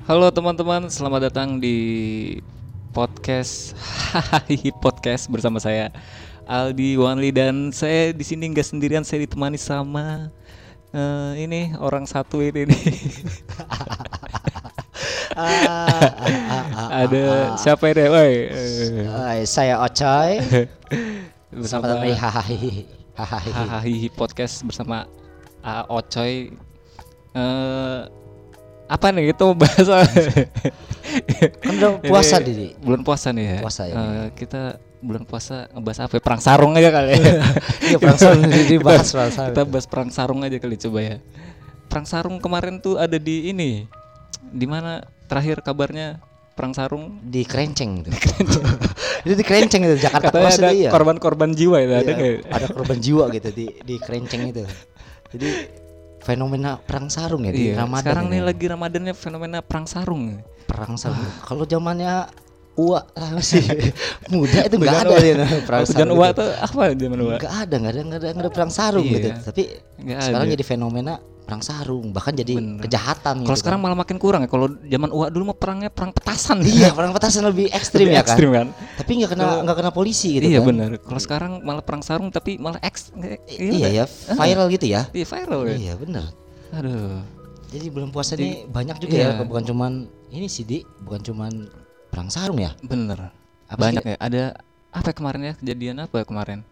Halo teman-teman, selamat datang di podcast Hahaha Podcast bersama saya Aldi Wanli, dan saya di sini nggak sendirian, saya ditemani sama ini orang satu ini nih. Ada siapa ini? Woi, Saya Ocoy bersama sama Hahaha Podcast bersama Ocoy. Apa nih itu bahasa? Kan udah puasa Didi. Bulan puasa nih ya. Puasa ya. Kita bulan puasa ngebahas apa ya? Perang sarung aja kali ya. Iya, perang sarung dibahas perang sarung. Kita bahas perang sarung aja kali, coba ya. Perang sarung kemarin tuh ada di ini. Di mana terakhir kabarnya perang sarung Di Kerenceng itu. Itu di Kerenceng itu, Jakarta katanya Cross ada itu ya. korban-korban jiwa itu, ada Iya, nggak? ada korban jiwa gitu di Kerenceng itu. Jadi fenomena perang sarung ya di Iya, Ramadan. sekarang nih ini. lagi Ramadannya fenomena perang sarung. Perang sarung. Kalau zamannya Uwa masih muda itu Tujuan nggak ada ya perang Tujuan sarung. uang itu. tuh apa zaman uang? Nggak ada perang sarung Iya. gitu. Tapi Nggak sekarang ada. jadi fenomena perang sarung, bahkan jadi Bener. kejahatan. Kalau gitu sekarang kan. malah makin kurang ya. Kalau zaman uang dulu mah perangnya perang petasan. Iya, perang petasan lebih ekstrim Lebih ya kan. ekstrim kan? Tapi nggak kena polisi gitu Iya kan. benar. Kalau sekarang malah perang sarung tapi malah Iya ya, viral gitu ya. Iya viral ya. Iya bener. Aduh. Jadi bulan puasa ini banyak juga iya. ya, bukan cuman ini sih Di, bukan cuman perang sarung ya. Bener. Apa Banyak sih? ya. Ada apa ya kemarin ya? Kejadian apa kemarin?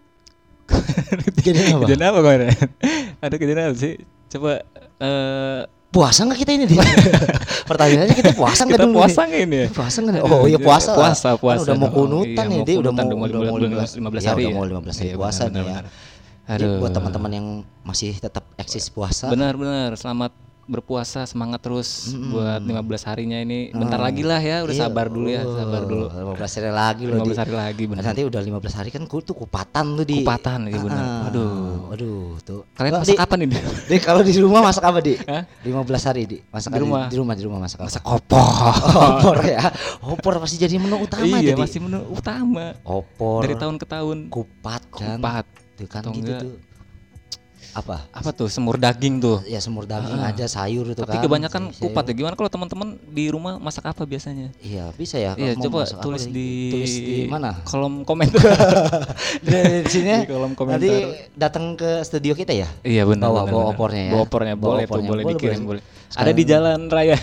Kejadian apa? Kejadian apa kemarin? Ada kejadian apa sih? Coba Puasa nggak kita ini Di? Pertanyaannya kita puasa nggak kita dulu? puasa nih? nggak ini ya? Puasa nggak? Oh iya puasa. Puasa. Kan udah mau dong. kunutan Iya, nih, Di. Udah kunutan, mau 15 ya, hari. udah mau 15 hari Iya, puasa nih ya. benar. Jadi Aduh. buat teman-teman yang masih tetap eksis puasa. Benar, selamat berpuasa, semangat terus buat 15 harinya ini. Bentar lagi lah ya, udah Iya, sabar dulu ya, sabar dulu. 15 hari lagi loh. 15 Di. hari lagi benar. Nanti udah 15 hari kan tuh kupatan tuh di. Kupatan, iya benar. Aduh tuh. Kalian Di, masak apa nih? Di kalau di rumah masak apa Di? Hah? 15 hari Di. Masak Di rumah? Di rumah masak apa? Masak opor. Opor ya. Opor pasti jadi menu utama Iya, Di. masih menu utama. Opor. Dari tahun ke tahun. Kupat kan. Kupat. Tuh kan Atau gitu enggak, tuh. Apa? apa tuh? Semur daging tuh. Ya semur daging aja, sayur itu Tapi kan. kebanyakan Sayur. kupat ya. Gimana kalau teman-teman di rumah masak apa biasanya? Iya, bisa ya. Iya, Kalau mau coba masak apa, tulis di mana? kolom komentar. Di sini Di kolom komentar. nanti datang ke studio kita ya. Iya benar. Bawa opornya ya. Bawa opornya, Bawa boleh opornya. tuh, boleh dikirim, boleh. boleh. Ada di jalan raya.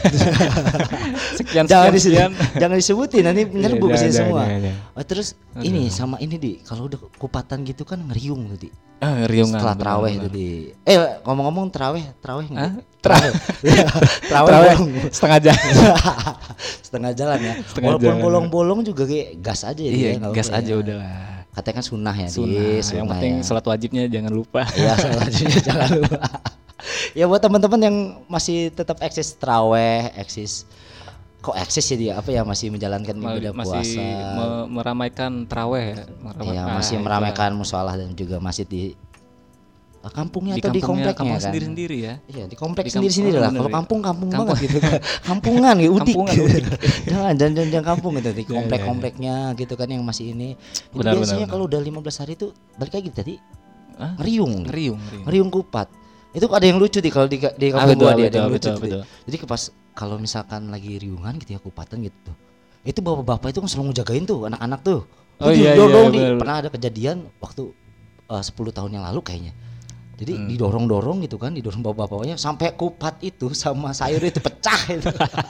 sekian Jangan sekian. jangan disebutin nanti menyerbu ke sini jangan, semua. jangan. Oh, terus ini sama ini Di, kalau udah kupatan gitu kan ngeriung tuh Di. Riungan. Setelah benar, terawih benar. tuh Di. ngomong-ngomong terawih nggak? Hah? Di? Terawih. Terawih Terawih bolong. setengah jam. Setengah jalan ya. Setengah Walaupun jalan. bolong-bolong juga kayak gas aja ya. Iya, Di, nggak gas apa-apa aja ya. udahlah. Katanya kan sunnah ya Di. Sunnah. Yang penting ya. sholat wajibnya jangan lupa. Iya, selanjutnya jangan lupa. Ya buat teman-teman yang masih tetap eksis terawih, kok eksis ya dia apa ya, masih menjalankan ibadah Masih puasa. meramaikan terawih ya. Iya, masih itu. meramaikan musola dan juga masjid di kampungnya Di atau di kampungnya, kompleknya kampung kan. sendiri-sendiri ya. Iya, di komplek Di sendiri-sendiri kampung, lah. bener Kalau ya. kampung Kampung. banget gitu kan. Kampungan ya, udik. Kampungan, udik. jangan kampung gitu di Iya, komplek-kompleknya gitu kan yang masih ini. Jadi Benar, biasanya benar. kalau udah 15 hari itu balik lagi tadi Hah? ngeriung. Ngeriung. Kupat. Itu ada yang lucu kalau di kampung betul, gua dia ada betul, yang lucu. betul, tuh, Di. betul. Jadi pas kalau misalkan lagi riungan gitu ya, kupatan gitu tuh. Itu bapak-bapak itu kan selalu ngejagain tuh anak-anak tuh. Oh, Itu iya, didorong, iya, Di. benar. Pernah ada kejadian waktu 10 tahun yang lalu kayaknya. Jadi didorong-dorong gitu kan, didorong bapak-bapaknya sampai kupat itu sama sayur itu pecah itu.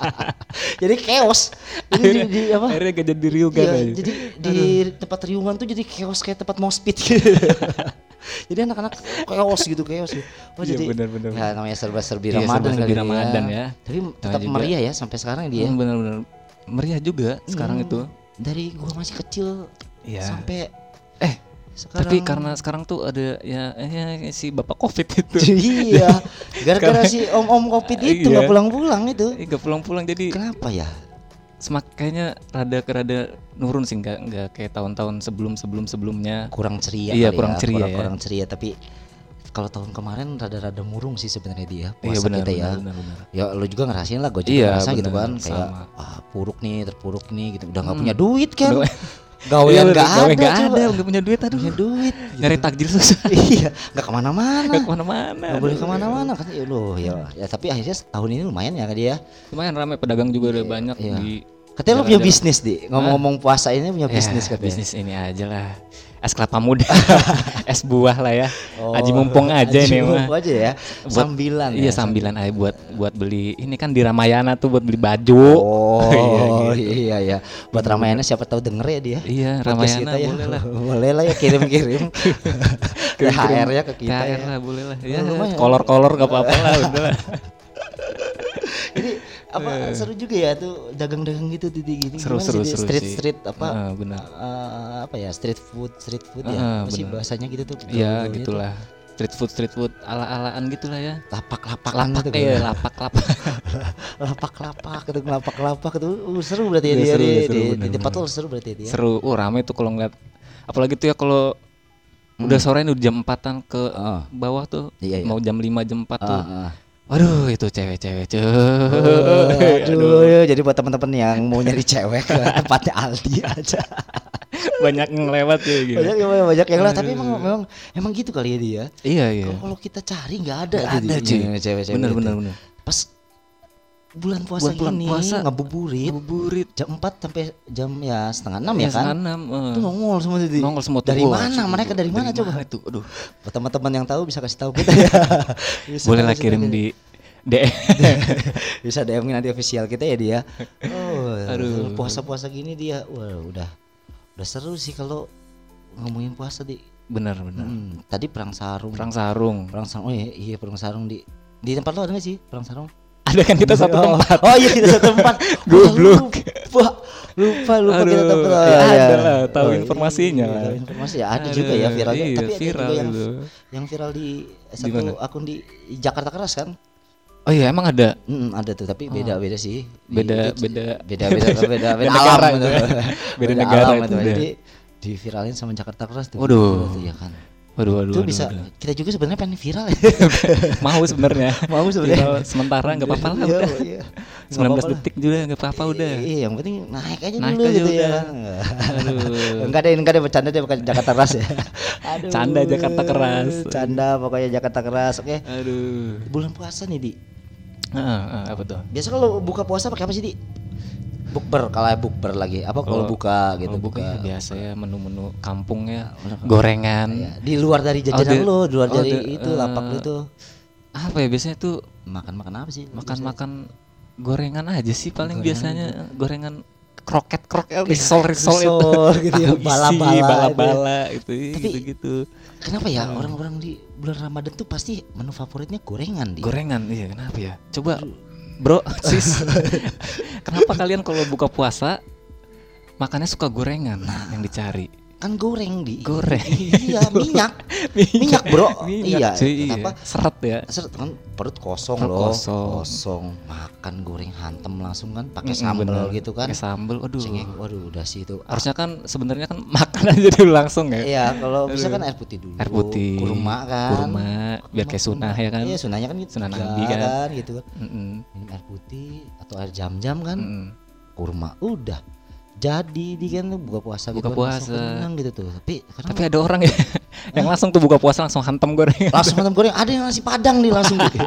Jadi chaos. Jadi di apa? Akhirnya gak jadi riungan Iya, aja. jadi di tempat riungan tuh jadi chaos kayak tempat moshpit gitu. Jadi anak-anak chaos gitu. Oh, Iya, jadi benar-benar. ya namanya serba-serbi Iya, Ramadan serba-serbi kali Ramadan ya. Tapi Nah, tetap juga. meriah ya sampai sekarang dia. Benar-benar meriah juga sekarang itu. Dari gua masih kecil Iya. sampai sekarang. Tapi karena sekarang tuh ada ya si bapak covid itu. Iya, gara-gara si om-om Covid itu Iya. nggak pulang-pulang itu. Gak pulang-pulang jadi Kenapa ya? kayaknya rada nurun sih, nggak kayak tahun-tahun sebelumnya. Kurang ceria. Iya, kali kurang ceria ya. Kurang ceria. Tapi kalau tahun kemarin rada-rada murung sih sebenarnya dia Iya, puasa benar, kita ya. benar. Ya lo juga ngerasain lah, gue juga Iya, ngerasa gitu benar, kan, kayak sama. terpuruk nih gitu, udah nggak punya duit kan. gawean Iya, nggak gawe ada, nggak coba. ada, nggak punya duit, aduh. Punya duit. Nyari takjil susah. Iya, nggak kemana-mana. Nggak kemana-mana. Nggak boleh kemana-mana kan ya loh ya tapi akhirnya tahun ini lumayan ya dia. Lumayan ramai, pedagang juga udah banyak Iya. di. Katanya lu punya jalan-jalan. bisnis di ngomong-ngomong puasa ini punya bisnis Ya, katanya. bisnis ini aja lah. Es kelapa muda, es buah lah ya. Oh, Aji mumpung aja Aji ini mah. mumpung aja ya. Buat- Sambilan Iya ya. sambilan aja buat beli ini kan di Ramayana tuh buat beli baju. Oh Iya, iya. Buat Ramayana siapa tahu denger ya dia. Iya, Podcast Ramayana kita ya. boleh lah. Boleh lah ya kirim-kirim. THR-nya ke kita THR ya. lah boleh lah. Ya, lumayan. kolor-kolor gak apa-apa lah udah lah. Jadi apa seru juga ya tuh dagang-dagang gitu gini. Seru, Gimana seru, sih, seru street apa? Benar. Apa ya street food ya. Apa sih benar. bahasanya gitu tuh? Iya gaul-gaulnya gitulah. Street food ala-alaan gitulah ya. tuh. Lapak-lapak Lapak gitu. ya, lapak-lapak. Lapak-lapak itu seru berarti ya Iya, dia seru, di seru, di benar, tempat benar. tuh seru berarti ya dia. Seru. Rame tuh kalau ngeliat. Apalagi tuh ya kalau udah sore ini udah jam 4-an ke Ah. bawah tuh. Iya, iya. Mau jam 5 jam 4 tuh. Ah. Waduh, itu cewek-cewek cuy. Aduh, ya, jadi buat teman-teman yang mau nyari cewek ke tempatnya Aldi aja. Banyak yang lewat ya gitu. Banyak yang lah, tapi emang gitu kali ya dia. Iya, iya. Kalau kita cari nggak ada, Nggak ada, cuy. cewek-cewek. Bener, itu. bener, bener. Pas bulan puasa Bulan gini puasa, ngabuburit Ngabuburit. jam 4 sampai jam ya setengah 6 ya kan. 6. Itu nongol semua tuh. Di. Nongol semua tuh. Dari Wah, mana? cuy. Mereka dari mana coba? Itu? Aduh. Buat teman-teman yang tahu bisa kasih tahu kita ya. Bisa Boleh lah kasih kirim tahu di DM. bisa DM nanti official kita ya dia. Oh, Aduh. puasa-puasa gini dia, wah udah seru sih kalau ngomongin puasa di. Bener, bener. Tadi perang sarung. Perang sarung. Perang sarung. Oh iya perang sarung di tempat lo ada nggak sih perang sarung? Ada kan kita satu tempat. Oh iya kita satu tempat. Goblok. Lupa Aduh, kita tempat. ya ada lah, tahu informasinya iya, lah. tahu informasi ya ada Aduh, juga ya viralnya. iya, Tapi ada viral juga itu. yang viral di satu Gimana? akun di Jakarta Keras kan. Oh iya emang ada. Ada tuh tapi beda sih. Beda alam negara gitu. itu ya. Beda negara alam itu itu. udah. Jadi diviralin sama Jakarta Keras tuh. Waduh. Tuh, ya kan. Waduh. Itu bisa kita juga sebenarnya pengen viral ya. Mau sebenarnya. Mau sebenarnya. Viral sementara nggak apa-apa lah Iya, udah. iya. 19 detik juga nggak apa-apa udah. Iya, yang penting naik aja Naik dulu aja gitu ya udah. kan. Aduh. Enggak ada bercanda deh bukan Jakarta Keras ya. Aduh. Canda Jakarta Keras. Canda pokoknya Jakarta Keras. Oke. Aduh. Bulan puasa nih, Di. Apa tuh? Biasa kalau buka puasa pakai apa sih, Di? Bukber, kalau bukber lagi. Apa kalau buka gitu, Kalau buka ya biasa ya menu-menu kampung ya. Iya. Gorengan. Di luar dari jajanan lo, di luar dari di- itu lapak lo tuh. Apa ya biasanya tuh Makan apa sih? makan gorengan aja sih paling Gorengan biasanya gorengan kroket risol risol gitu ya, Tahu isi, bala-bala itu Tapi- gitu. Kenapa ya orang-orang di bulan Ramadan tuh pasti menu favoritnya gorengan, Di? Gorengan iya kenapa ya? Coba bro sis kenapa kalian kalau buka puasa makannya suka gorengan yang dicari? Kan goreng, Di. Goreng. Iya, minyak, bro. Iya, cuy, kenapa? seret ya. Seret kan perut kosong Perut loh. kosong. Makan goreng hantem langsung kan pakai Mm-mm, sambal bener. gitu kan. Pakai sambal aduh. Cengeng, waduh udah sih itu. Harusnya kan sebenarnya kan makan aja dulu langsung ya. Iya, kalau bisa kan air putih dulu. Air putih, kurma kan. kurma, biar kayak sunnah ya kan. Iya, sunnahnya kan gitu. Sunnah juga Nabi kan. gitu kan. Mm-mm. Minum air putih atau air jam-jam kan. Mm-mm. Kurma udah. Jadi di kan buka puasa Buka gitu kan, langsung puasa. kenyang gitu tuh. Tapi Ada orang ya yang langsung tuh buka puasa langsung hantam gorengan. langsung makan goreng, ada yang nasi padang nih langsung Di.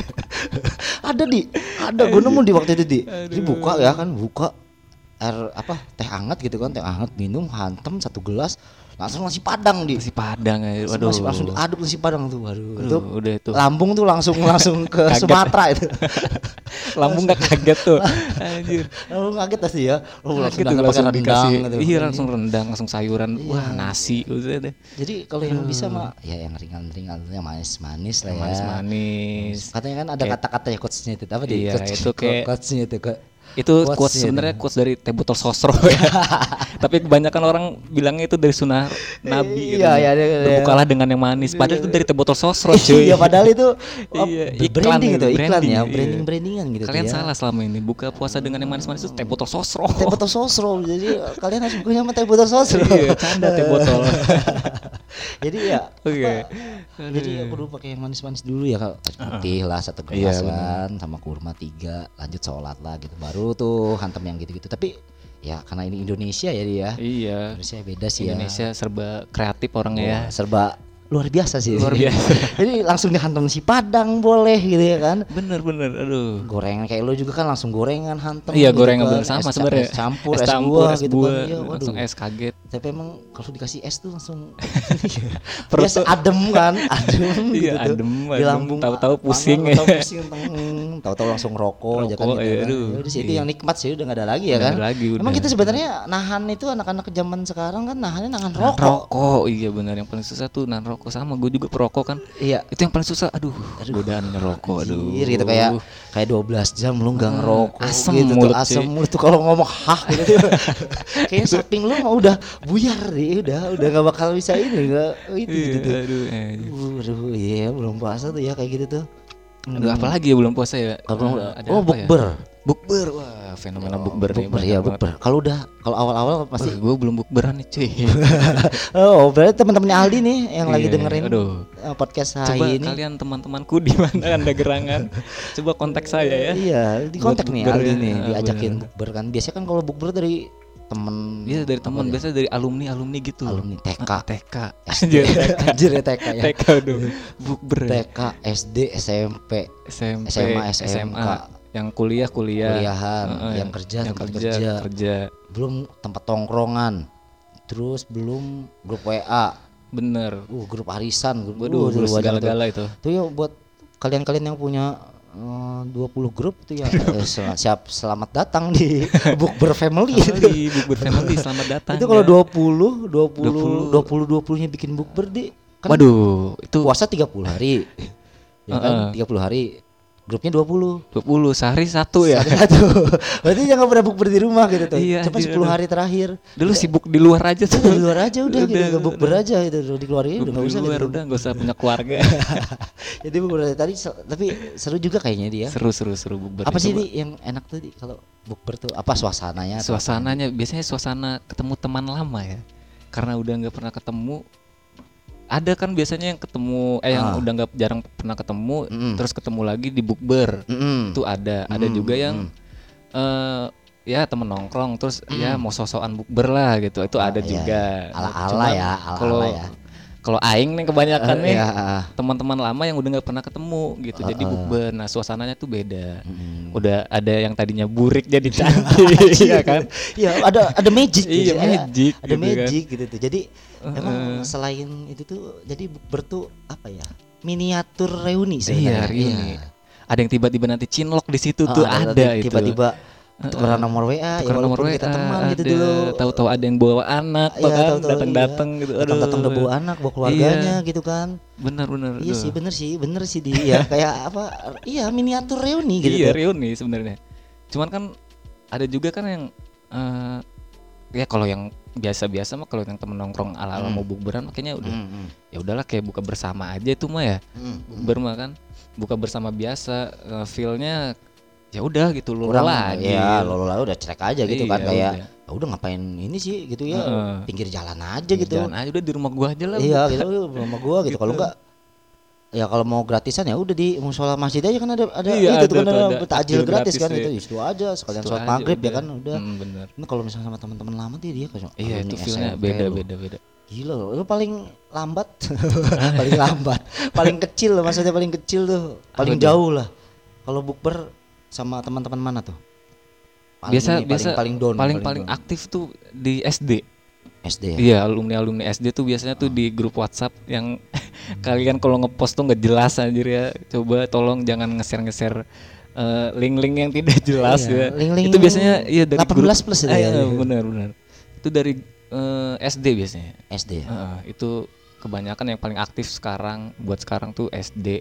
ada gue nemu di waktu itu Di. Jadi buka ya kan, buka air apa teh hangat gitu kan, teh hangat minum hantem 1 gelas langsung nasi padang Di. Nasi Padang ya. Waduh. Langsung diaduk nasi padang tuh. Waduh, Aduh, itu udah itu. lambung tuh langsung ke Kaget. Sumatera itu. Lambung gak kaget tuh. Anjir. Lalu kaget pasti ya. Langsung Kaget tuh pakai langsung rendang dikasih. gitu. Iya langsung rendang, langsung sayuran. Iya. Wah, nasi udah deh. Jadi kalau yang bisa mah ya yang ringan-ringan, yang manis-manis lah ya. Manis-manis. Katanya kan ada Kayak- kata-kata ya quotes-nya itu apa di Iya, itu kayak- quotes-nya itu Itu Quotes quotes ya, sebenarnya itu. quotes dari Teh Botol Sosro ya. Tapi kebanyakan orang bilangnya itu dari sunnah Nabi gitu. Iya, iya, iya, iya. Berbukalah dengan yang manis. Padahal itu dari Teh Botol Sosro cuy. Iya padahal itu Iya, branding iklan itu, itu, iklan ya, branding, iya. brandingan gitu Kalian ya. salah selama ini. Buka puasa dengan yang manis-manis itu Teh Botol Sosro. Teh botol sosro, jadi kalian harus bukanya sama teh botol sosro. Iya, canda Teh Botol. Jadi ya, Oke. jadi aku dulu pakai yang manis-manis dulu ya kalau air putih lah 1 Iya, gelas kan, sama kurma 3, lanjut sholat lah gitu. Baru tuh hantem yang gitu-gitu. Tapi ya karena ini Indonesia ya dia. Iya. Indonesia beda sih Indonesia serba kreatif orangnya ya. Serba luar biasa sih. Luar biasa. Jadi langsung dihantam nasi Padang boleh gitu ya kan. Bener, aduh. Gorengan kayak lo juga kan langsung gorengan hantam. Iya, gitu gorengan kan. bener sama sebenarnya. Es campur, es buah gitu kan. Iya, langsung es kaget. Tapi emang kalau dikasih es tuh langsung biasa adem kan, adem gitu iya, tuh. adem, Di lambung tahu-tahu pusing ya. Tahu-tahu langsung rokok aja kan gitu. Iya, Kan. aduh. Ya udah sih itu yang nikmat sih udah enggak ada lagi ya Nggak kan. ada lagi, Emang udah. kita sebenarnya nahan itu anak-anak zaman sekarang kan nahannya nahan Nahan rokok. rokok, iya benar, yang paling susah tuh nahan rokok. Sama gue juga perokok kan. Iya. Itu yang paling susah. Aduh, godaan ngerokok, aduh. Anjir, gitu kayak 12 jam lu enggak ngerokok asem gitu mulut, tuh, asem cuy. mulut tuh kalau ngomong hah gitu tuh. Kayaknya samping lu mah udah buyar deh, udah enggak bakal bisa ini enggak itu Iya, gitu tuh. aduh. Iya belum puasa tuh ya kayak gitu tuh. Aduh, apalagi ya belum puasa ya? Ada apa bukber. ya? Bukber, wah fenomena bukber nih. Bukber ya bukber. Kalau awal-awal pasti Gue belum bukberan nih cuy. oh berarti teman-temannya Aldi nih yang lagi Iya, dengerin aduh. podcast Coba hari ini. kalian teman-temanku di mana Anda gerangan, coba kontak saya ya. Iya, di kontak Buat nih bukber Aldi ya. nih, Ah, diajakin bener. bukber kan. Biasanya kan kalau bukber dari temen. Iya dari teman, biasa dari alumni gitu. Alumni TK. TK. SD. Anjir, TK. Anjir ya TK ya. TK aduh. Bukber. TK, SD, SMP, SMP, SMA, SMK. Yang kuliahan, kuliahan, yang kerja, tempat kerja. Belum tempat tongkrongan. Terus belum grup WA. Bener. Grup arisan, Waduh, segala-gala itu. Tuh ya buat kalian-kalian yang punya 20 grup tuh ya siap selamat datang di Bukber Family. Bukber Family selamat datang. Itu kalau ya. 20-nya bikin bukber di kan Waduh, itu puasa 30 hari. Ya kan 30 hari. Grupnya 20 sehari satu ya. Sehari satu. Berarti jangan pernah bukber di rumah gitu tuh. Iya, Cuma 10 hari terakhir. Dulu sibuk di luar aja tuh. Di luar aja udah gitu, bukber aja gitu. Di keluarga udah enggak usah di luar gitu. udah enggak usah punya keluarga. Jadi bukber tadi tapi seru juga kayaknya dia. Seru bukber. Apa sih Di yang enak tuh Di kalau bukber tuh apa suasananya? Suasananya biasanya suasana ketemu teman lama ya. Karena udah nggak pernah ketemu. Ada kan biasanya yang ketemu yang udah nggak jarang pernah ketemu, terus ketemu lagi di bukber. Itu ada juga yang ya temen nongkrong terus ya mau sosokan bukber lah gitu. Itu ada juga. Ala-ala ya, ala-ala ya. Kalau aing nih kebanyakan nih teman-teman lama yang udah nggak pernah ketemu gitu. Jadi bukber. Nah, suasananya tuh beda. Udah ada yang tadinya burik jadi cantik ya kan? Iya, ada magic gitu. Iya, magic. Ada gitu magic kan? gitu tuh. Jadi emang selain itu tuh jadi bukber tuh apa ya? Miniatur reuni sebenarnya. Iya, reuni. Ada yang tiba-tiba nanti cinlok di situ tuh ada itu. Tiba-tiba tukeran nomor WA ya walaupun kita teman gitu dulu. Tahu-tahu ada yang bawa anak, kan datang-datang gitu. Datang-datang udah bawa anak, bawa keluarganya gitu kan. Bener. Iya sih, bener sih dia. Kayak apa? Iya, miniatur reuni gitu. Iya, reuni sebenarnya. Cuman kan ada juga kan yang ya kalau yang biasa-biasa mah kalau yang temen nongkrong ala-ala mau bukberan makanya udah ya udahlah kayak buka bersama aja itu mah ya. Bukber mah kan buka bersama biasa, feel-nya ya udah gitu lo lagi. Ya, lo udah cerek aja gitu kan kayak udah. Udah ngapain ini sih gitu ya. Pinggir jalan aja gitu. Jalan aja udah di rumah gua aja lah. Iya, gitu di rumah gua gitu. Kalau enggak ya kalau mau gratisan ya udah di musola masjid aja kan ada itu tuh kan ada takjil gratis kan itu situ aja sekalian sholat maghrib ya kan udah. Bener. Ini kalau misalnya sama teman-teman lama dia kayak iya itu feelnya beda. Gila loh, itu paling lambat, paling kecil loh, maksudnya paling kecil tuh, paling jauh lah. Kalau bukber sama teman-teman mana tuh? Paling down. Paling aktif tuh di SD. SD ya? Iya, alumni SD tuh biasanya tuh di grup WhatsApp yang kalian kalau ngepost tuh nggak jelas anjir ya. Coba tolong jangan nge-share link-link yang tidak jelas ya. Link-link itu biasanya iya dari 18 grup, plus itu ya. Benar. Itu dari SD biasanya. SD ya? Itu kebanyakan yang paling aktif buat sekarang tuh SD.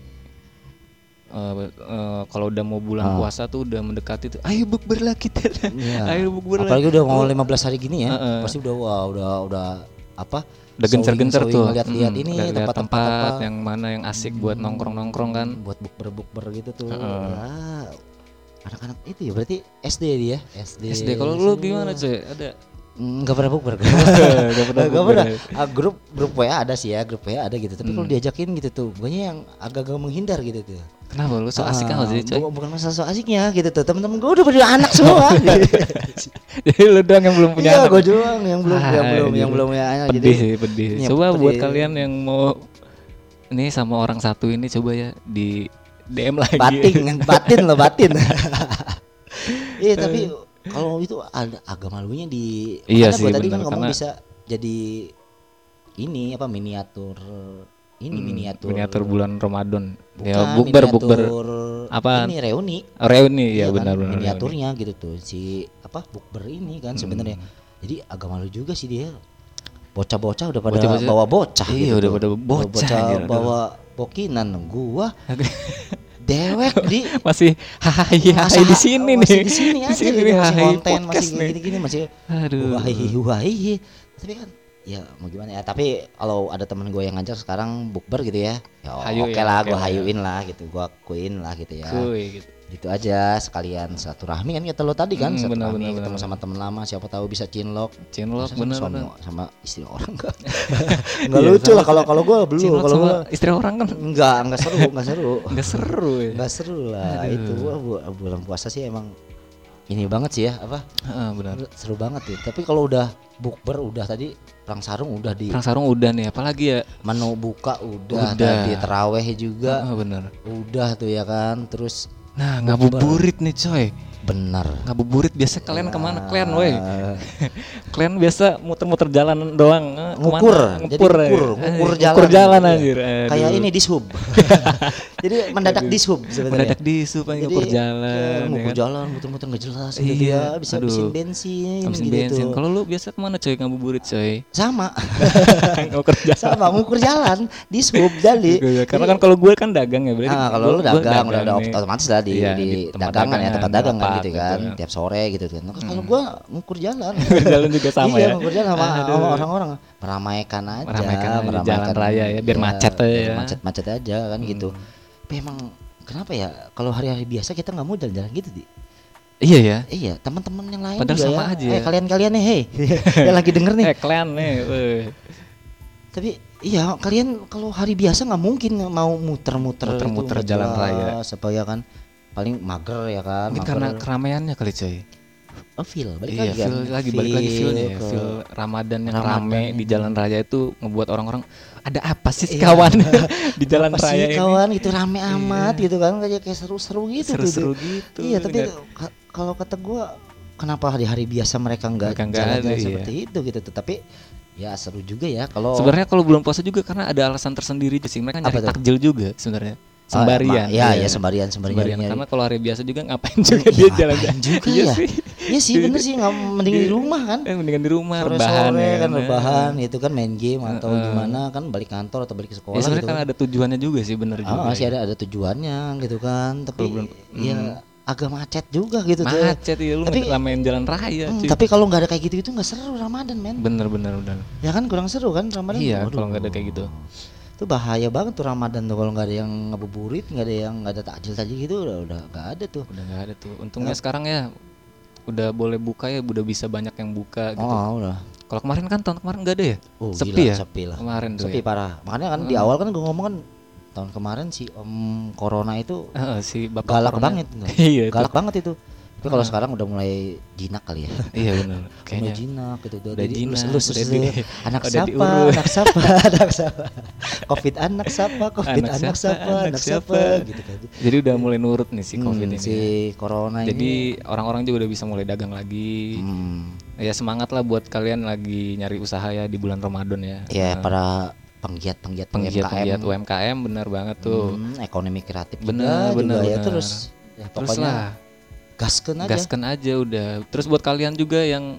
Kalau udah mau bulan puasa tuh udah mendekati tuh ayo bukber lah kita. Ayo bukber lah. Apalagi udah mau 15 hari gini ya. Pasti udah apa? Udah gencer-gencer tuh. Lihat-lihat ini tempat-tempat yang mana yang asik buat nongkrong-nongkrong kan. Buat bukber gitu tuh. Ya, anak-anak itu ya berarti SD dia. SD. Kalau lu gimana cuy? Ada Enggak pernah bukber. Enggak pernah. Grup WA ada sih ya, grup WA ada gitu. Tapi kalau diajakin gitu tuh, banyak yang agak-agak menghindar gitu tuh. Kenapa lu so asik kan sih, coy? Bukan masalah so asiknya gitu tuh. Temen-temen gue udah punya anak semua. Jadi lu doang yang belum punya Iya, anak. gue doang yang belum punya anak. Pedih sih, pedih. Iya, Coba pedih. buat kalian yang mau ini sama orang satu ini coba ya di DM lagi. Batin loh, batin. Iya, tapi kalau itu ada agak malunya di Iya makanya sih, gue tadi bener, kan ngomong karena- bisa jadi ini apa miniatur miniatur bulan Ramadan. bukan, Ya bukber miniatur apaan? ini reuni. Reuni ya Iya kan, benar-benar. miniaturnya gitu tuh si apa bukber ini kan sebenarnya. Jadi agak malu juga sih dia. Bocah-bocah udah pada Bocah-bocah- bawa bocah Iya, gitu udah tuh. pada bocah, anjir, aduh. bawa bokinan gua dewek di Masih hai di sini masih nih. di sini aja gitu, nih, masih hai konten podcast masih nih. gini-gini masih Aduh. wahai tapi kan ya mau gimana ya, tapi kalau ada teman gue yang ngajak sekarang bukber gitu ya Hayu oke ya, lah oke gue lah ya. hayuin lah gitu, gue akuin lah gitu ya. Kuy gitu. Gitu aja sekalian silaturahmi kan kata lo tadi kan, silaturahmi benar, ketemu benar. sama teman lama, siapa tahu bisa cinlok. Cinlok Masa bener sama suami bener. sama istri orang enggak. Enggak Iya, lucu sama lah kalau gue belum, Cinlok kalau sama gue istri orang kan enggak seru. enggak seru ya. Enggak seru lah. Itu gua bulan puasa sih emang ini banget sih ya, apa? Heeh, benar. Seru banget ya. Tapi kalau udah bukber udah tadi perang sarung udah di Perang sarung udah nih, apalagi ya? menu buka udah. Udah. Tadi taraweh juga Heeh, bener. udah tuh ya kan. Terus Nah, ngabuburit nih coy. bener. Ngabuburit biasa kalian kemana? Kalian woi. Kalian biasa muter-muter jalan doang. Kemana? Ngukur, jadi ngukur jalan. Ngukur jalan Iya. anjir. Kayak Aduh. ini dishub. Jadi mendadak dishub sebenarnya. Mendadak disub aja ngukur jalan. ngukur ya kan? jalan muter-muter nggak jelas gitu Iya, ya, bisa aduh. habisin bensin Habisin gitu. bensin. Kalau lu biasa kemana coy ngabuburit coy? Sama. Ngukur jalan. Sama ngukur jalan dishub jadi. Karena kan kalau gue kan dagang ya berarti. Kalau lu gua dagang udah nih. otomatis lah di, Iya, di di tempat dagangan ya, tempat dagang kan rapat gitu kan, gitu. tiap sore gitu kan. Nah, kalau gua ngukur jalan. Jalan juga sama Iya, ya. ngukur jalan sama Aduh. orang-orang, meramaikan aja, Meramaikan aja jalan raya ya, biar macet aja ya. Macet-macet aja kan gitu. Tapi emang kenapa ya kalau hari-hari biasa kita nggak mau jalan-jalan gitu, Di? Iya ya. Iya, teman-teman yang lain Padahal juga sama ya. aja ya. Kalian-kalian nih, hei. Yang lagi denger nih. Kalian nih. Tapi iya, kalian kalau hari biasa nggak mungkin mau muter-muter Muter-muter itu, jalan nggak raya. jelas, apa ya kan, paling mager ya kan. Mungkin mager. karena keramaiannya kali coy. Feel balik Iya, lagi kan. balik lagi feelnya ya. ke- Feel Ramadan yang Ramadan rame di ini. jalan raya itu ngebuat orang-orang ada apa sih Iya. kawan di jalan apa raya sih ini? kawan gitu rame amat gitu kan, kayak seru-seru gitu Seru-seru tuh. gitu. Iya, tapi Nggak- kalau kata gua kenapa hari-hari biasa mereka nggak Mereka nggak jalan-jalan ada, iya. seperti itu gitu, tapi ya seru juga ya kalau Sebenarnya kalau belum puasa juga karena ada alasan tersendiri sih. Mereka nyari Apa tuh? takjil juga sebenarnya. Sembarian. ya sembarian Sembarian. nyari. Karena kalau hari biasa juga ngapain juga dia Iya, jalan-jalan ngapain juga Iya ya. sih. Iya sih bener sih, nggak mending di rumah kan. Mendingan di rumah Sore-sore rebahan ya kan rebahan itu kan, main game atau gimana kan, balik kantor atau balik ke sekolah Ya sebenarnya gitu kan ada tujuannya juga sih, bener juga. masih ada tujuannya gitu kan, tapi ya agak macet juga gitu tuh. Macet ya, lu Tapi- ngeramein jalan raya cuy. Tapi kalau nggak ada kayak gitu itu nggak seru Ramadan, men. Bener. Ya kan kurang seru kan Ramadan. Iya, Waduh. kalau nggak ada kayak gitu. Itu bahaya banget tuh Ramadan tuh, kalau nggak ada yang ngabuburit, nggak ada takjil gitu, udah nggak ada tuh. Udah nggak ada tuh. Untungnya sekarang ya udah boleh buka ya, udah bisa banyak yang buka gitu. Udah. Kalau kemarin kan tahun kemarin nggak ada ya? Oh, Sepi gila, ya? sepi lah. Kemarin tuh Sepi ya. parah. Makanya kan di awal kan gue ngomong kan tahun kemarin si Om Corona itu Si bapak galak corona. banget. Iya, itu. Galak banget itu. Tapi kalau sekarang udah mulai jinak kali ya. Iya benar. Mulai Kayaknya jinak gitu. udah jinak, Lus udah di- anak udah siapa? diurus. Anak siapa? Anak siapa? Covid anak siapa? Covid Anak anak siapa? siapa? Anak Anak siapa? siapa? Gitu kan. jadi udah mulai nurut nih si Covid ini. Si Corona Jadi ini. orang-orang juga udah bisa mulai dagang lagi. Ya semangat lah buat kalian lagi nyari usaha ya di bulan Ramadan ya. Ya Nah, para penggiat penggiat UMKM benar banget tuh. ekonomi kreatif Bener, juga bener. ya, terus ya Terus pokoknya lah, gaskeun aja. gaskan aja udah. Terus buat kalian juga yang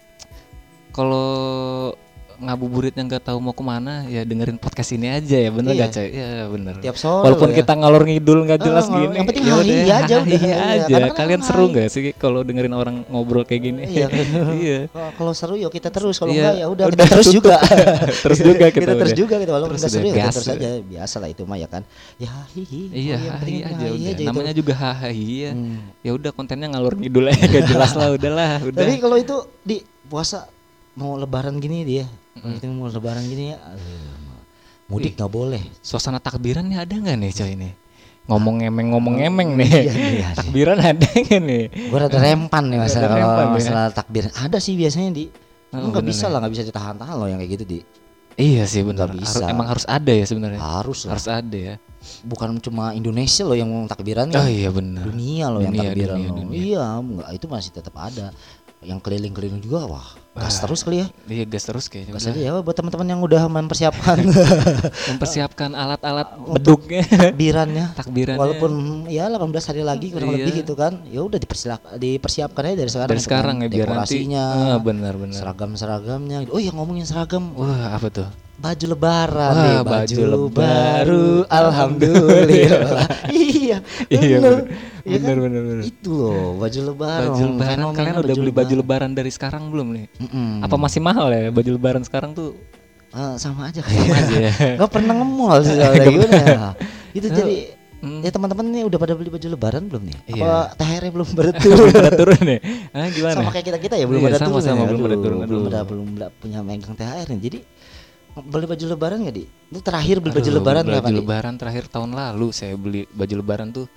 kalau ngabuburitnya nggak tahu mau kemana, ya dengerin podcast ini aja ya, bener Iya. gak coy? Ya bener. Tiap sore Walaupun loh ya. kita ngalor ngidul nggak jelas ngalor- gini, yang penting ya hai udah, aja udah. hai Iya, aja. karena kan Kalian hai. seru nggak sih kalau dengerin orang ngobrol kayak gini? Iya. Iya. Kalau seru yuk kita terus, kalau Iya, enggak ya udah udah kita terus tutup. juga. Terus juga kita terus udah. juga gitu, walaupun Terus enggak seru udah ya kita gas terus udah. aja. Biasa lah itu mah ya kan. Ya hihi. Iya, yang penting hai aja udah. gitu. Namanya juga hai ya. Ya udah kontennya ngalor ngidul aja gak jelas lah, udahlah, udah. Tapi kalau itu di puasa mau lebaran gini dia. Itu mau lebaran gini ya. Mudik nggak boleh. Suasana takbiran nih ada nggak nih coy ini? ngomong ngemeng nih. Iya nih. Takbiran ada nggak nih? Gue rada rempan nih masalah Rada kalau rempan ya. masalah takbir. Ada sih biasanya di. Oh, Nggak bener bisa ya. lah, nggak bisa ditahan-tahan loh yang kayak gitu di. Iya sih benar. Nggak bisa. Emang harus ada ya sebenarnya. Harus lah. Harus ada ya. Bukan cuma Indonesia loh yang takbiran Oh ya. iya benar. Dunia loh yang takbiran loh. dunia. Iya, enggak itu masih tetap ada. Yang keliling-keliling juga wah, gas terus kali ya. Iya gas terus kayaknya. Gas aja ya buat teman-teman yang udah mempersiapkan Mempersiapkan alat-alat beduknya. takbirannya. Takbirannya. Walaupun ya 18 hari lagi kurang Iya. lebih gitu kan. Ya udah dipersiapkan aja dari sekarang. Dari gitu sekarang kan. ya biar nanti. Dekorasinya, Benar-benar. seragam-seragamnya. Oh ya ngomongin seragam, Wah apa tuh? baju lebaran Wah, deh, baju baju lebaran. baru alhamdulillah. Iya. Iya bener. Iya kan? benar. Itu loh baju lebaran. Baju lebaran fenomena kalian udah beli baju lebaran dari sekarang belum nih? Mm-mm. Apa masih mahal ya baju lebaran sekarang tuh? Sama aja Sama aja ya. Gak pernah nge-mall sih soalnya gimana ya. Itu jadi Hmm. ya teman-teman nih udah pada beli baju lebaran belum nih? Iya. Apa THR-nya belum pada turun? Belum pada turun nih. Gimana? Sama kayak kita ya belum Iya, pada sama, turun. sama, ya. belum pada Aduh, turun. Belum Aduh. punya megang THR nih. Jadi beli baju lebaran gak di? Lu terakhir beli baju Aduh, lebaran baju kapan di? lebaran terakhir tahun lalu saya beli baju lebaran tuh.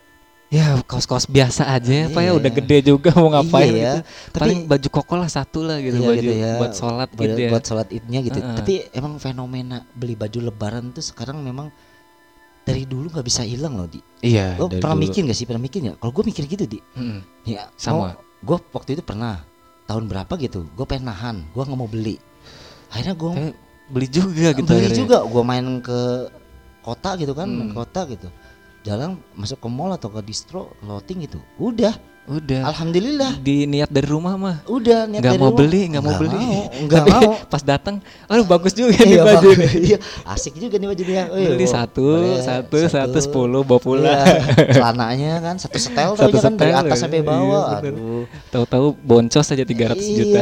Ya kaos-kaos biasa aja Pak ya Iya. udah gede juga mau ngapain Iya, gitu. tapi- Paling baju koko lah satu lah gitu Iya, baju gitu ya. buat sholat gitu ya. Buat sholat idnya gitu. Heeh. Tapi emang fenomena beli baju lebaran tuh sekarang memang dari dulu nggak bisa hilang loh di. Iya. Lo dari pernah dulu. mikir gak sih? Pernah mikir nggak? Kalau gue mikir gitu di. Mm-mm. Ya Sama. Gue waktu itu pernah tahun berapa gitu. Gue pengen nahan. Gue nggak mau beli. Akhirnya gue Kayak beli juga gitu. beli akhirnya. juga. Gue main ke kota gitu kan, Hmm. ke kota gitu. Jalan masuk ke mall atau ke distro, loading gitu. Udah. Udah. Alhamdulillah. Di niat dari rumah mah. Udah niat Nggak dari mau rumah. beli, nggak mau beli. Nggak Tapi mau. pas datang, aduh bagus juga nih Iya, baju Bang. nih. Iya, asik juga nih bajunya. Beli satu, 10 bawa pulang. Iya, celananya kan satu setel tuh Satu kan dari setel, atas ya. sampai Iya, bawah. bener. Aduh. Tahu-tahu boncos aja 300 juta.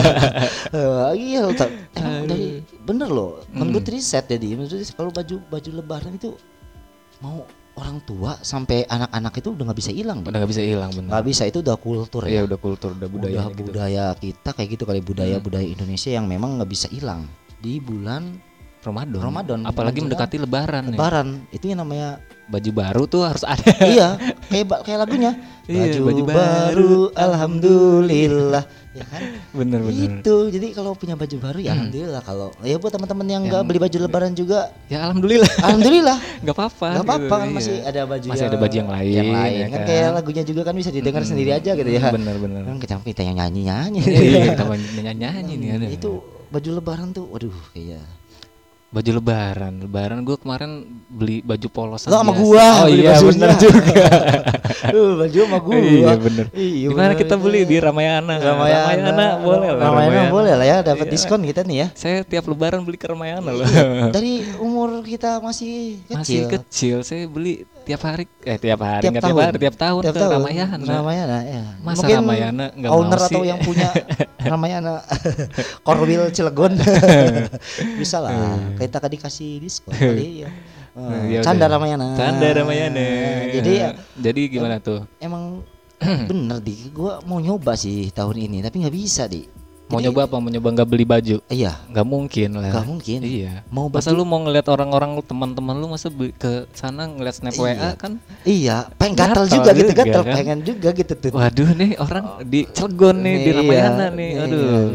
Iya, emang dari bener loh. Menurut riset jadi, menurut riset kalau baju lebaran itu mau orang tua sampai anak-anak itu udah nggak bisa hilang. Udah nggak bisa hilang bener. Nggak bisa, itu udah kultur ya. Iya udah kultur, udah budaya Udah gitu. budaya kita kayak gitu kali, budaya Indonesia yang memang nggak bisa hilang di bulan Ramadan. Apalagi Menjelang mendekati lebaran nih. Lebaran. Itu yang namanya Baju baru tuh harus ada. iya, kayak lagunya. Iya, Baju baju baru, alhamdulillah. Ya kan? Bener. Itu. Jadi kalau punya baju baru ya alhamdulillah. Kalau ya buat teman-teman yang nggak beli baju lebaran juga, Ya alhamdulillah. alhamdulillah. Nggak apa-apa. Gak apa-apa gitu, kan iya. masih ada baju Masih ada baju yang lain, ya kan kan? kayak lagunya juga kan bisa didengar sendiri aja gitu ya. Bener. Kan kita yang nyanyi. Iya, kita nyanyi nih ada. Itu baju lebaran tuh waduh kayak Baju lebaran gue kemarin beli baju polos lo sama biasa. gua Oh beli iya bajunya. bener juga. Baju sama gua. Iya bener. Iya, Gimana bener kita itu. beli di Ramayana? Ramayana boleh lah. Ramayana boleh lah ya, dapat Iya. diskon kita nih ya. Saya tiap lebaran beli ke Ramayana loh. Dari umur kita masih Masih kecil. kecil saya beli tiap hari nggak Tiap tiap hari tiap tahun ke Ramayana. Ramayana ya. Masa Mungkin Ramayana nggak owner mau atau sih? yang punya Ramayana Korwil Cilegon bisa lah. Kita tadi kasih diskon kali ya. Ya Canda udah. Ramayana. Canda Ramayana. Jadi gimana tuh? emang bener di gua mau nyoba sih tahun ini tapi nggak bisa di. Mau Jadi, nyoba apa? Mau nyoba nggak beli baju? Iya. Nggak mungkin lah. Nggak mungkin. Iya. Mau Masa baju- lu mau ngeliat orang-orang teman-teman lu masa ke sana ngeliat snap WA kan? Iya, pengen gatal Gatal juga gitu, juga gatal kan? pengen juga gitu tuh. Waduh nih orang di Cilegon nih di Iya, Ramayana nih. iya, Aduh.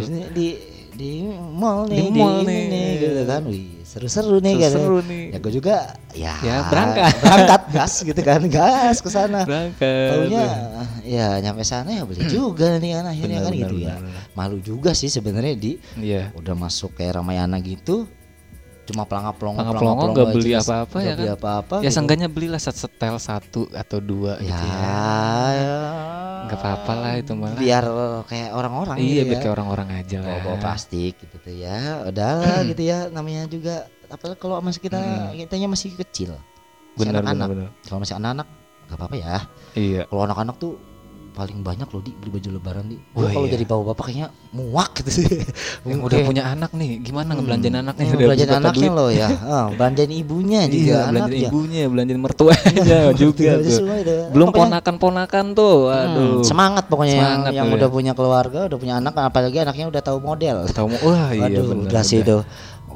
di mall nih, Di mall ini nih. gitu kan. Wih, seru-seru nih kan. Seru nih. Ya gue juga ya, berangkat. gas gitu kan, gas ke sana. Berangkat. Taunya ya nyampe sana ya beli juga nih kan akhirnya kan gitu ya. Malu juga sih sebenarnya di Iya. udah masuk kayak Ramayana gitu. Cuma pelangap-pelongo Pelongo nggak beli apa-apa ya kan? beli apa-apa Ya gitu. seenggaknya belilah setel 1 atau 2 gitu ya. Nggak apa-apa lah itu mah. Biar kayak orang-orang Iya, gitu biar ya. kayak orang-orang aja lah. Bawa plastik gitu tuh ya. Udahlah gitu ya, namanya juga apalagi kalau masih kitanya masih kecil. Masih Benar, anak-anak. benar. Kalau masih anak-anak nggak apa-apa ya. Iya. Kalau anak-anak tuh paling banyak loh di beli baju lebaran di. Oh, Kalau iya. jadi bapak-bapak kayaknya muak gitu sih. Yang udah punya anak nih, gimana ngebelanjain anaknya? Udah belanjain berapa anaknya duit? loh ya. Belanjain ibunya juga Iya, belanjain anaknya. ibunya, belanjain mertuanya juga Iya, tuh. semua itu. Belum Pokoknya, ponakan-ponakan tuh. Aduh. semangat pokoknya Semangat yang tuh udah ya. punya keluarga, udah punya anak, apalagi anaknya udah tahu model. Tahu wah iya Waduh, benar. udah sih itu.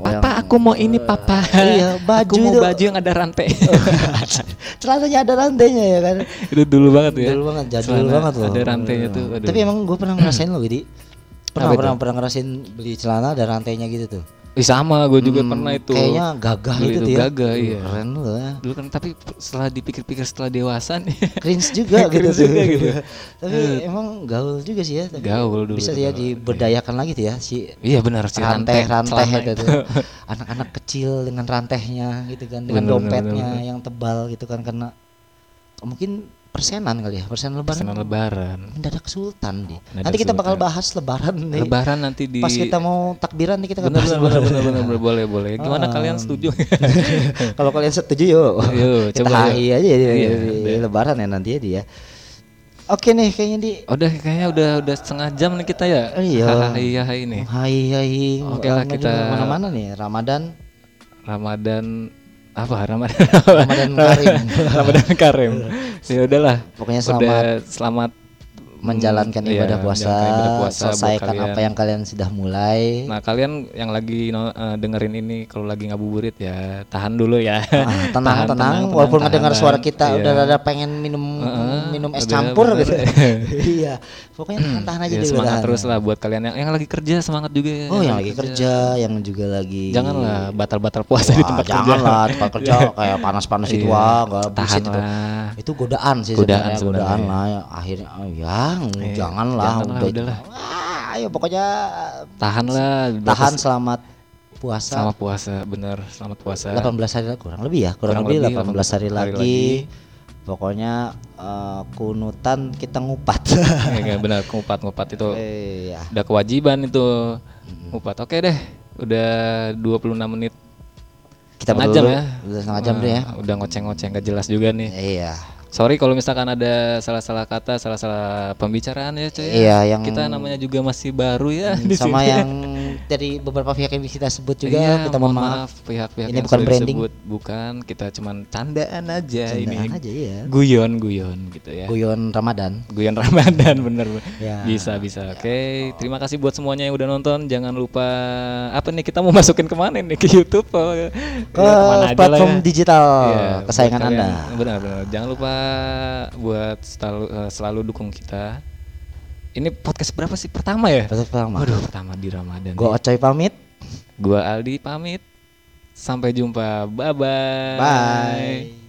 Papa, aku mau ini papa. Iya, baju aku mau itu. baju yang ada rantai. Celananya ada rantainya ya kan. Itu dulu banget ya. Dulu banget, jadul Celana banget loh. ada rantainya tuh. Aduh. Tapi emang gue pernah ngerasain loh Gidi. Apa itu? Pernah ngerasain beli celana ada rantainya gitu tuh. Sama, gue juga pernah itu. Kayaknya gagah Beli itu itu tuh ya. gagah, iya. Keren lu ya. Dulu kan, tapi setelah dipikir-pikir setelah dewasa nih. Cringe juga gitu Cringe tuh. juga gitu. Tapi emang gaul juga sih ya. Tapi Gaul dulu bisa itu ya gaul. diberdayakan lagi tuh ya si Iya benar sih, rantai celana itu tuh. Anak-anak kecil dengan rantainya gitu kan, dengan Bener, dompetnya bener. yang tebal gitu kan, karena mungkin persenan kali ya, persen lebaran. Pesanan lebaran. Mendadak sultan deh. Mendadak Nanti kita bakal sultan. bahas lebaran nih. Lebaran nanti di Pas kita mau takbiran nih kita akan bahas bener, lebaran. boleh. Gimana kalian setuju? Kalau kalian setuju yuk. Yuk, Kita coba hahi aja ya di Iya, lebaran ya nanti ya dia. Oke nih kayaknya di Kayaknya udah setengah jam nih kita ya. Iya. Iya ini. hai. Oke lah, kita mana-mana nih Ramadan Ramadan Karim. Ramadan Karim. Ya udahlah. Pokoknya Selamat menjalankan iya, ibadah puasa, menjalankan ibadah puasa buat selesaikan kalian. apa yang kalian sudah mulai. Nah, kalian yang lagi dengerin ini kalau lagi ngabuburit ya tahan dulu ya. Tenang, walaupun ngedengar suara kita Iya. udah ada pengen minum es udah campur bener. gitu. Iya. Pokoknya tahan aja Ya, dulu. semangat tahan. terus lah buat kalian yang lagi kerja, semangat juga ya. Oh, yang lagi kerja, yang juga lagi Janganlah batal-batal puasa di tempat kerja. janganlah tempat kerja kayak panas-panas itu Iya. enggak Tahan bullshit itu. lah. Itu godaan sih Godaan sebenarnya, godaan sebenarnya. lah akhirnya Iya, janganlah udahlah. Ayo pokoknya Tahan lah. tahan selamat puasa. Sama puasa, bener. Selamat puasa. 18 hari lagi kurang lebih ya, kurang lebih 18 hari lagi. Pokoknya kunutan kita ngupat. Iya benar, ngupat itu Iya. udah kewajiban itu. Ngupat. Oke deh. Udah 26 menit. Kita Setengah berdua jam dulu. ya. Udah setengah jam deh ya. Udah ngoceng-ngoceng gak jelas juga nih. Iya. Sorry kalau misalkan ada salah-salah kata, salah-salah pembicaraan ya cuy. Iya, yang kita namanya juga masih baru ya di sama sini. yang dari beberapa pihak yang kita sebut juga Iya, kita mohon maaf. pihak-pihak Ini yang bukan sudah branding. disebut, bukan, kita cuman candaan aja Candaan ini. aja ya. Guyon gitu ya. Guyon Ramadan. Guyon Ramadan bener. Ya. Bisa. Oke, terima kasih buat semuanya yang udah nonton. Jangan lupa apa nih, kita mau masukin kemana nih, ke YouTube apa Ke ya, kemana aja platform lah ya. digital Iya, kesayangan buat kalian. Anda. Benar. Jangan lupa buat selalu dukung kita. Ini podcast berapa sih? Pertama ya? Pertama. Waduh, pertama di Ramadan. Gua Ocoy pamit. Gua Aldi pamit. Sampai jumpa. Bye-bye. Bye.